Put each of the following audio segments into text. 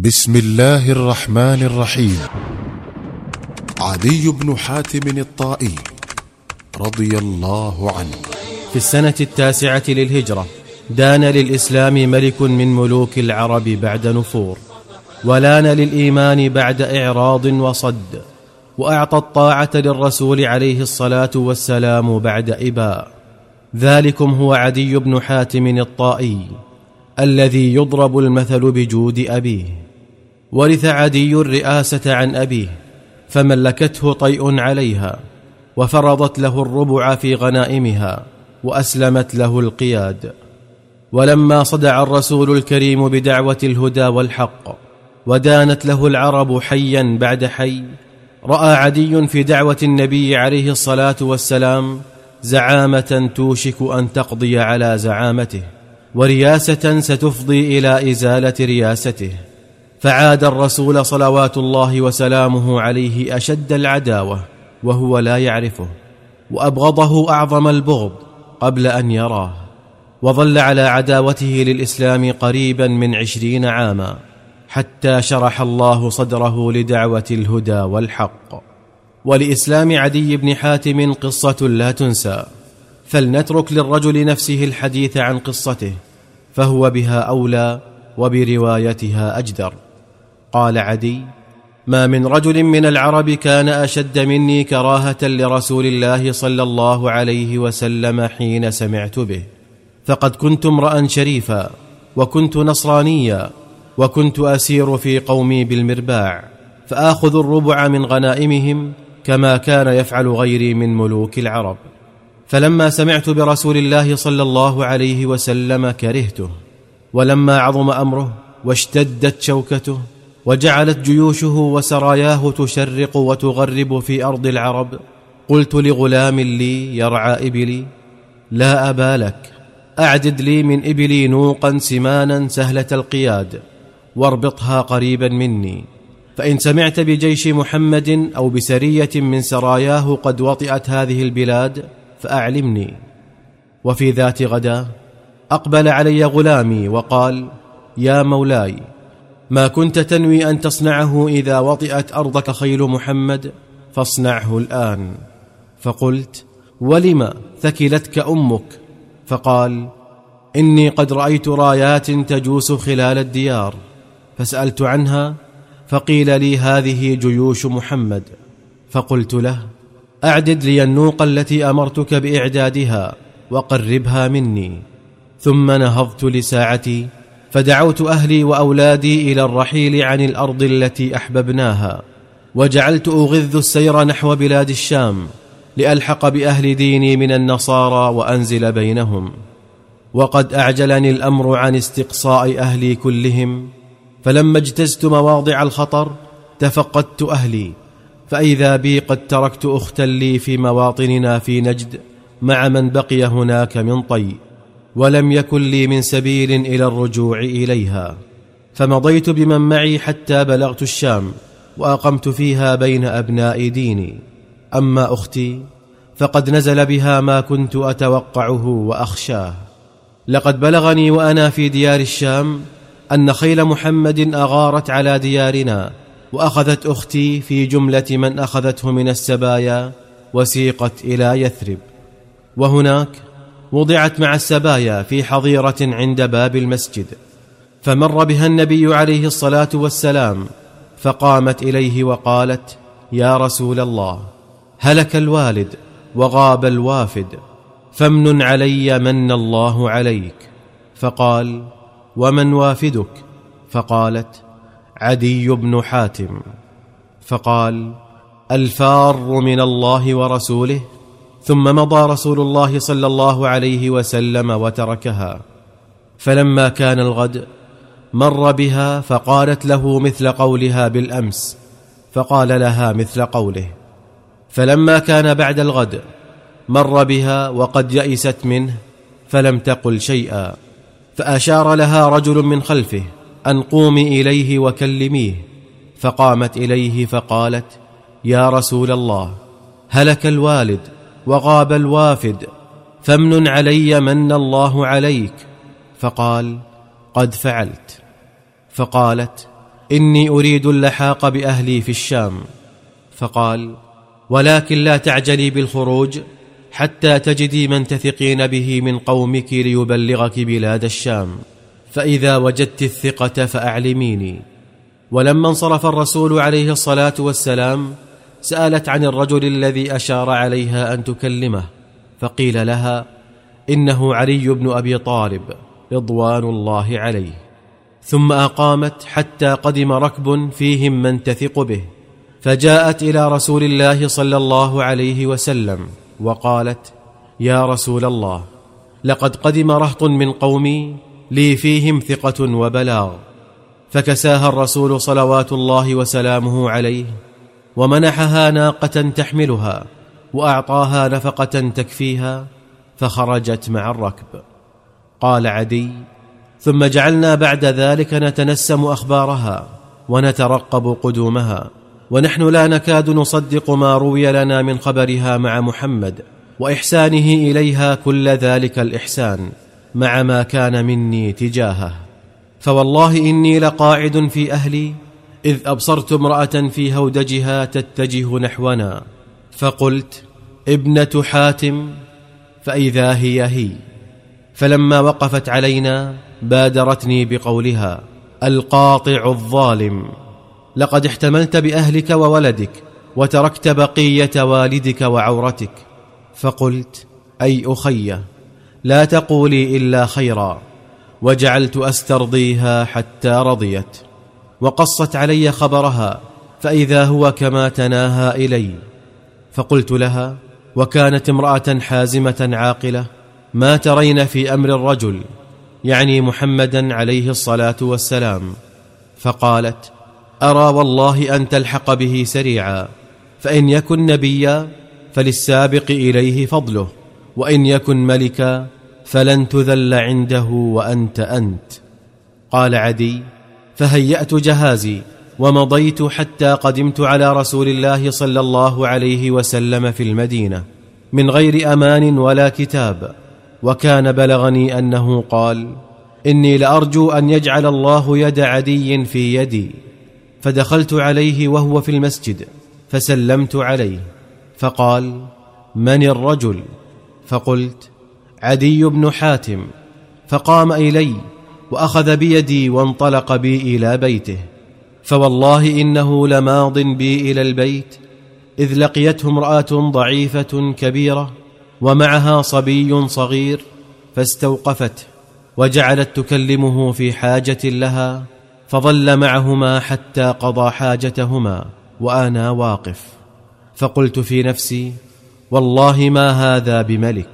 بسم الله الرحمن الرحيم. عدي بن حاتم الطائي رضي الله عنه. في السنة 9 للهجرة دان للإسلام ملك من ملوك العرب بعد نفور، ولان للإيمان بعد إعراض وصد، وأعطى الطاعة للرسول عليه الصلاة والسلام بعد إباء. ذلكم هو عدي بن حاتم الطائي الذي يضرب المثل بجود أبيه. ورث عدي الرئاسة عن أبيه، فملكته طيء عليها، وفرضت له الربع في غنائمها، وأسلمت له القياد. ولما صدع الرسول الكريم بدعوة الهدى والحق، ودانت له العرب حيا بعد حي، رأى عدي في دعوة النبي عليه الصلاة والسلام زعامة توشك أن تقضي على زعامته، ورياسة ستفضي إلى إزالة رياسته، فعاد الرسول صلوات الله وسلامه عليه أشد العداوة وهو لا يعرفه، وأبغضه أعظم البغض قبل أن يراه، وظل على عداوته للإسلام قريبا من 20 عاما، حتى شرح الله صدره لدعوة الهدى والحق. ولإسلام عدي بن حاتم قصة لا تنسى، فلنترك للرجل نفسه الحديث عن قصته، فهو بها أولى وبروايتها أجدر. قال عدي: ما من رجل من العرب كان أشد مني كراهة لرسول الله صلى الله عليه وسلم حين سمعت به، فقد كنت امرأ شريفا، وكنت نصرانيا، وكنت أسير في قومي بالمرباع، فآخذ الربع من غنائمهم كما كان يفعل غيري من ملوك العرب. فلما سمعت برسول الله صلى الله عليه وسلم كرهته، ولما عظم أمره واشتدت شوكته، وجعلت جيوشه وسراياه تشرق وتغرب في أرض العرب، قلت لغلام لي يرعى إبلي: لا أبا لك، أعدد لي من إبلي نوقا سمانا سهلة القياد، واربطها قريبا مني، فإن سمعت بجيش محمد أو بسرية من سراياه قد وطئت هذه البلاد فأعلمني. وفي ذات غدا أقبل علي غلامي وقال: يا مولاي، ما كنت تنوي أن تصنعه إذا وطئت أرضك خيل محمد؟ فاصنعه الآن. فقلت: ولم ثكلتك أمك؟ فقال: إني قد رأيت رايات تجوس خلال الديار، فسألت عنها فقيل لي هذه جيوش محمد. فقلت له: أعدد لي النوق التي أمرتك بإعدادها وقربها مني. ثم نهضت لساعتي، فدعوت أهلي وأولادي إلى الرحيل عن الأرض التي أحببناها، وجعلت أغذ السير نحو بلاد الشام لألحق بأهل ديني من النصارى وأنزل بينهم. وقد أعجلني الأمر عن استقصاء أهلي كلهم، فلما اجتزت مواضع الخطر تفقدت أهلي، فإذا بي قد تركت أختا لي في مواطننا في نجد مع من بقي هناك من طي، ولم يكن لي من سبيل إلى الرجوع إليها، فمضيت بمن معي حتى بلغت الشام، وأقمت فيها بين أبناء ديني. أما أختي فقد نزل بها ما كنت أتوقعه وأخشاه. لقد بلغني وأنا في ديار الشام أن خيل محمد أغارت على ديارنا، وأخذت أختي في جملة من أخذته من السبايا، وسيقت إلى يثرب، وهناك وضعت مع السبايا في حظيرة عند باب المسجد. فمر بها النبي عليه الصلاة والسلام، فقامت إليه وقالت: يا رسول الله، هلك الوالد وغاب الوافد، فامنن علي من الله عليك. فقال: ومن وافدك؟ فقالت: عدي بن حاتم. فقال: الفار من الله ورسوله. ثم مضى رسول الله صلى الله عليه وسلم وتركها. فلما كان الغد مر بها، فقالت له مثل قولها بالأمس، فقال لها مثل قوله. فلما كان بعد الغد مر بها وقد يئست منه، فلم تقل شيئا، فأشار لها رجل من خلفه أن قومي إليه وكلميه، فقامت إليه فقالت: يا رسول الله، هلك الوالد وغاب الوافد، فامنن علي من الله عليك. فقال: قد فعلت. فقالت: إني أريد اللحاق بأهلي في الشام. فقال: ولكن لا تعجلي بالخروج حتى تجدي من تثقين به من قومك ليبلغك بلاد الشام، فإذا وجدت الثقة فأعلميني. ولما انصرف الرسول عليه الصلاة والسلام سألت عن الرجل الذي أشار عليها أن تكلمه، فقيل لها: إنه علي بن أبي طالب رضوان الله عليه. ثم أقامت حتى قدم ركب فيهم من تثق به، فجاءت إلى رسول الله صلى الله عليه وسلم وقالت: يا رسول الله، لقد قدم رهط من قومي لي فيهم ثقة وبلاغ. فكساها الرسول صلوات الله وسلامه عليه، ومنحها ناقة تحملها، وأعطاها نفقة تكفيها، فخرجت مع الركب. قال عدي: ثم جعلنا بعد ذلك نتنسم أخبارها ونترقب قدومها، ونحن لا نكاد نصدق ما روي لنا من خبرها مع محمد وإحسانه إليها كل ذلك الإحسان، مع ما كان مني تجاهه. فوالله إني لقاعد في أهلي إذ أبصرت امرأة في هودجها تتجه نحونا، فقلت: ابنة حاتم، فإذا هي. فلما وقفت علينا بادرتني بقولها: القاطع الظالم، لقد احتملت بأهلك وولدك وتركت بقية والدك وعورتك. فقلت: أي أخي، لا تقولي إلا خيرا. وجعلت أسترضيها حتى رضيت، وقصت علي خبرها، فإذا هو كما تناهى إلي. فقلت لها: وكانت امرأة حازمة عاقلة، ما ترين في أمر الرجل، يعني محمدا عليه الصلاة والسلام؟ فقالت: أرى والله أن تلحق به سريعا، فإن يكن نبيا فللسابق إليه فضله، وإن يكن ملكا فلن تذل عنده وأنت أنت. قال عدي: فهيأت جهازي ومضيت حتى قدمت على رسول الله صلى الله عليه وسلم في المدينة من غير أمان ولا كتاب، وكان بلغني أنه قال: إني لأرجو أن يجعل الله يد عدي في يدي. فدخلت عليه وهو في المسجد فسلمت عليه، فقال: من الرجل؟ فقلت: عدي بن حاتم. فقام إلي وأخذ بيدي وانطلق بي إلى بيته، فوالله إنه لماض بي إلى البيت إذ لقيته امرأة ضعيفة كبيرة ومعها صبي صغير، فاستوقفته وجعلت تكلمه في حاجة لها، فظل معهما حتى قضى حاجتهما وأنا واقف. فقلت في نفسي: والله ما هذا بملك.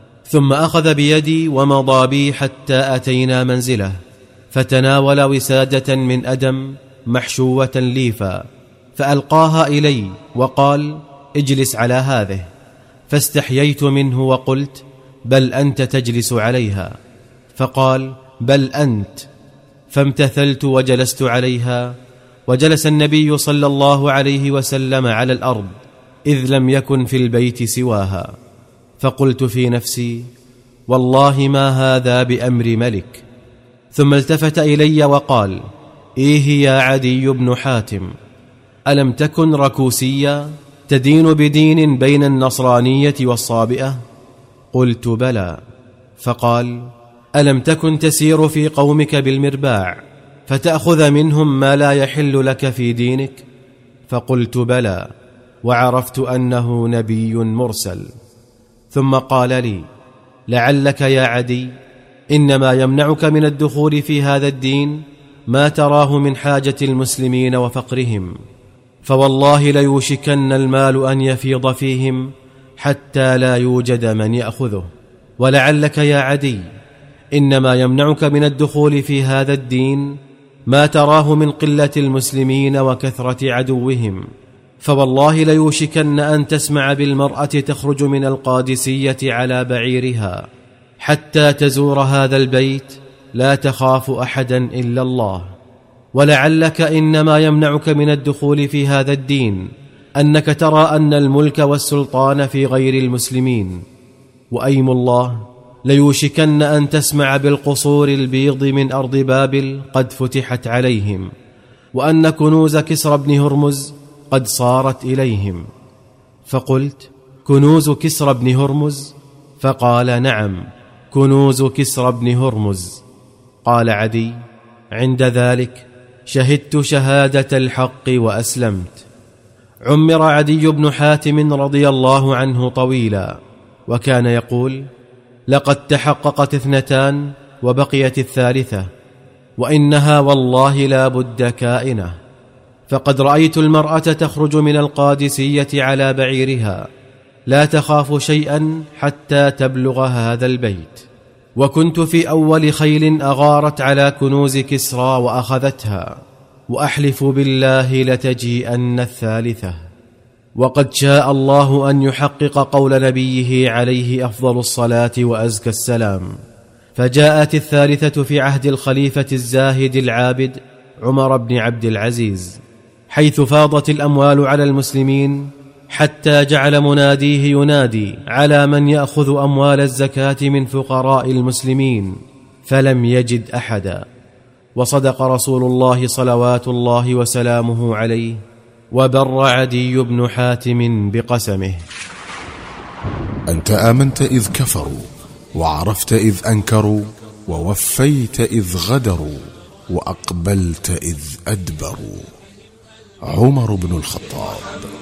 ثم أخذ بيدي ومضى بي حتى أتينا منزله، فتناول وسادة من أدم محشوة ليفا، فألقاها إلي وقال: اجلس على هذه. فاستحييت منه وقلت: بل أنت تجلس عليها. فقال: بل أنت. فامتثلت وجلست عليها، وجلس النبي صلى الله عليه وسلم على الأرض إذ لم يكن في البيت سواها. فقلت في نفسي: والله ما هذا بأمر ملك. ثم التفت إلي وقال: إيه يا عدي بن حاتم، ألم تكن ركوسيا تدين بدين بين النصرانية والصابئة؟ قلت: بلى. فقال: ألم تكن تسير في قومك بالمرباع فتأخذ منهم ما لا يحل لك في دينك؟ فقلت: بلى، وعرفت أنه نبي مرسل. ثم قال لي: لعلك يا عدي إنما يمنعك من الدخول في هذا الدين ما تراه من حاجة المسلمين وفقرهم، فوالله ليوشكن المال أن يفيض فيهم حتى لا يوجد من يأخذه. ولعلك يا عدي إنما يمنعك من الدخول في هذا الدين ما تراه من قلة المسلمين وكثرة عدوهم، فوالله ليوشكن أن تسمع بالمرأة تخرج من القادسية على بعيرها حتى تزور هذا البيت لا تخاف أحدا إلا الله. ولعلك إنما يمنعك من الدخول في هذا الدين أنك ترى أن الملك والسلطان في غير المسلمين، وأيم الله ليوشكن أن تسمع بالقصور البيض من أرض بابل قد فتحت عليهم، وأن كنوز كسرى بن هرمز قد صارت إليهم. فقلت: كنوز كسرى بن هرمز؟ فقال: نعم، كنوز كسرى بن هرمز. قال عدي: عند ذلك شهدت شهادة الحق وأسلمت. عمر عدي بن حاتم رضي الله عنه طويلا، وكان يقول: لقد تحققت 2 وبقيت 3، وإنها والله لا بد كائنة. فقد رأيت المرأة تخرج من القادسية على بعيرها لا تخاف شيئا حتى تبلغ هذا البيت، وكنت في أول خيل أغارت على كنوز كسرى وأخذتها، وأحلف بالله لتجيئن 3. وقد شاء الله أن يحقق قول نبيه عليه أفضل الصلاة وأزكى السلام، فجاءت 3 في عهد الخليفة الزاهد العابد عمر بن عبد العزيز، حيث فاضت الأموال على المسلمين حتى جعل مناديه ينادي على من يأخذ أموال الزكاة من فقراء المسلمين، فلم يجد أحدا. وصدق رسول الله صلوات الله وسلامه عليه، وبر عدي بن حاتم بقسمه. أنت آمنت إذ كفروا، وعرفت إذ أنكروا، ووفيت إذ غدروا، وأقبلت إذ أدبروا. عمر بن الخطاب.